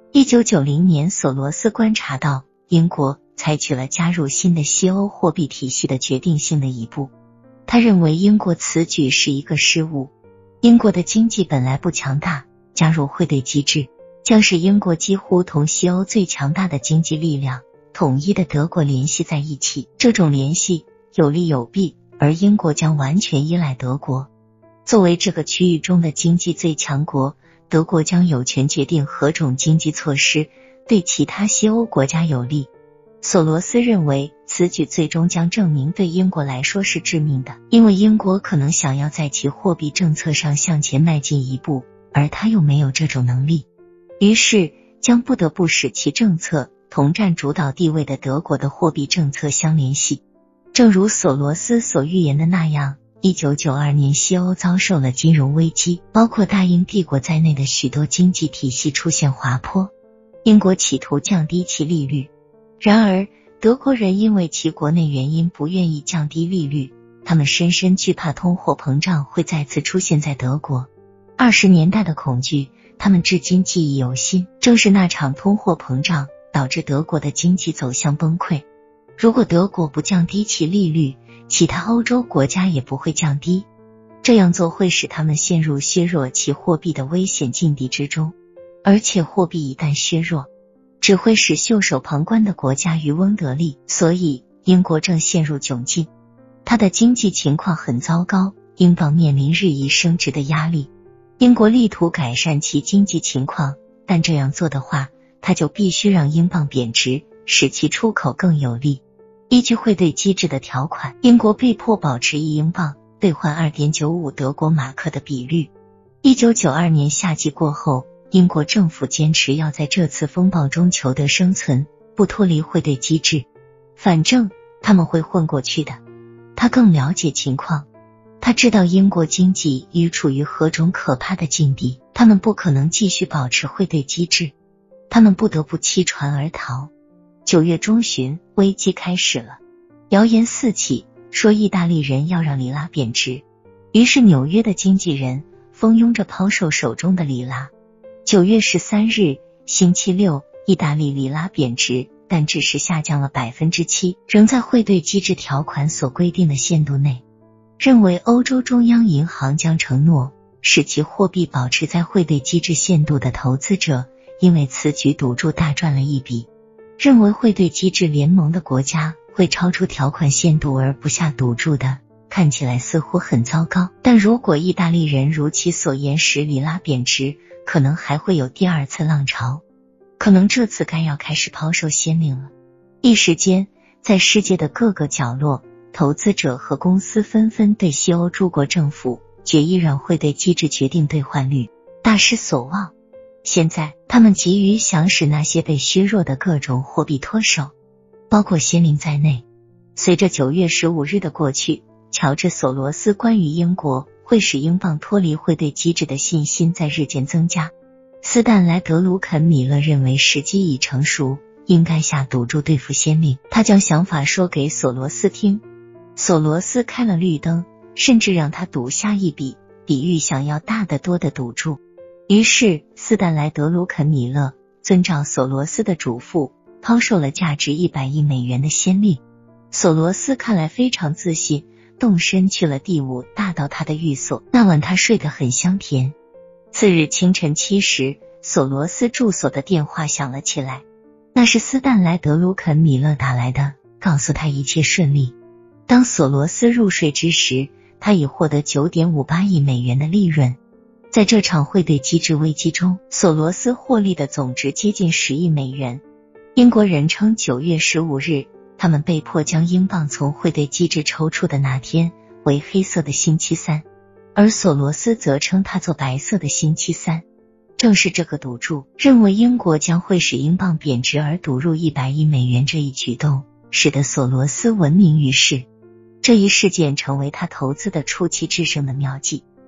1990年，索罗斯观察到英国采取了加入新的西欧货币体系的决定性的一步。他认为英国此举是一个失误。英国的经济本来不强大，加入汇兑机制将使英国几乎同西欧最强大的经济力量统一的德国联系在一起，这种联系有利有弊，而英国将完全依赖德国。作为这个区域中的经济最强国，德国将有权决定何种经济措施对其他西欧国家有利。索罗斯认为此举最终将证明对英国来说是致命的，因为英国可能想要在其货币政策上向前迈进一步，而他又没有这种能力，于是将不得不使其政策同占主导地位的德国的货币政策相联系。正如索罗斯所预言的那样，1992年西欧遭受了金融危机，包括大英帝国在内的许多经济体系出现滑坡。英国企图降低其利率，然而德国人因为其国内原因不愿意降低利率，他们深深惧怕通货膨胀会再次出现在德国。20年代的恐惧，他们至今记忆犹新，正是那场通货膨胀导致德国的经济走向崩溃。如果德国不降低其利率，其他欧洲国家也不会降低，这样做会使他们陷入削弱其货币的危险境地之中，而且货币一旦削弱，只会使袖手旁观的国家渔翁得利。所以英国正陷入窘境，它的经济情况很糟糕，英镑面临日益升值的压力。英国力图改善其经济情况，但这样做的话，它就必须让英镑贬值，使其出口更有利。依据汇兑机制的条款，英国被迫保持1英镑兑换 2.95 德国马克的比率。1992年夏季过后，英国政府坚持要在这次风暴中求得生存，不脱离汇兑机制。反正他们会混过去的。他更了解情况，他知道英国经济已处于何种可怕的境地，他们不可能继续保持汇兑机制，他们不得不弃船而逃。9月中旬，危机开始了，谣言四起，说意大利人要让里拉贬值，于是纽约的经纪人蜂拥着抛售手中的里拉。9月13日，星期六，意大利里拉贬值，但只是下降了 7%， 仍在汇兑机制条款所规定的限度内。认为欧洲中央银行将承诺使其货币保持在汇兑机制限度的投资者，因为此举赌注大赚了一笔。认为汇兑机制联盟的国家会超出条款限度而不下赌注的，看起来似乎很糟糕。但如果意大利人如其所言使里拉贬值，可能还会有第二次浪潮，可能这次该要开始抛售先令了。一时间，在世界的各个角落，投资者和公司纷纷对西欧诸国政府决议让汇兑机制决定兑换率大失所望。现在他们急于想使那些被削弱的各种货币脱手，包括先令在内。随着9月15日的过去，乔治·索罗斯关于英国会使英镑脱离汇兑机制的信心在日渐增加。斯坦莱德·卢肯·米勒认为时机已成熟，应该下赌注对付先令。他将想法说给索罗斯听，索罗斯开了绿灯，甚至让他赌下一笔比预想要大得多的赌注。于是斯坦莱德·卢肯·米勒遵照索罗斯的嘱咐，抛售了价值100亿美元的先令。索罗斯看来非常自信，动身去了第5大道他的寓所。那晚他睡得很香甜。次日清晨7时，索罗斯住所的电话响了起来，那是斯坦莱德·卢肯·米勒打来的，告诉他一切顺利。当索罗斯入睡之时，他已获得 9.58 亿美元的利润。在这场汇兑机制危机中，索罗斯获利的总值接近10亿美元。英国人称9月15日，他们被迫将英镑从汇兑机制抽出的那天为黑色的星期三，而索罗斯则称它做白色的星期三。正是这个赌注，认为英国将会使英镑贬值而赌入100亿美元这一举动，使得索罗斯闻名于世。这一事件成为他投资的出奇制胜的妙计。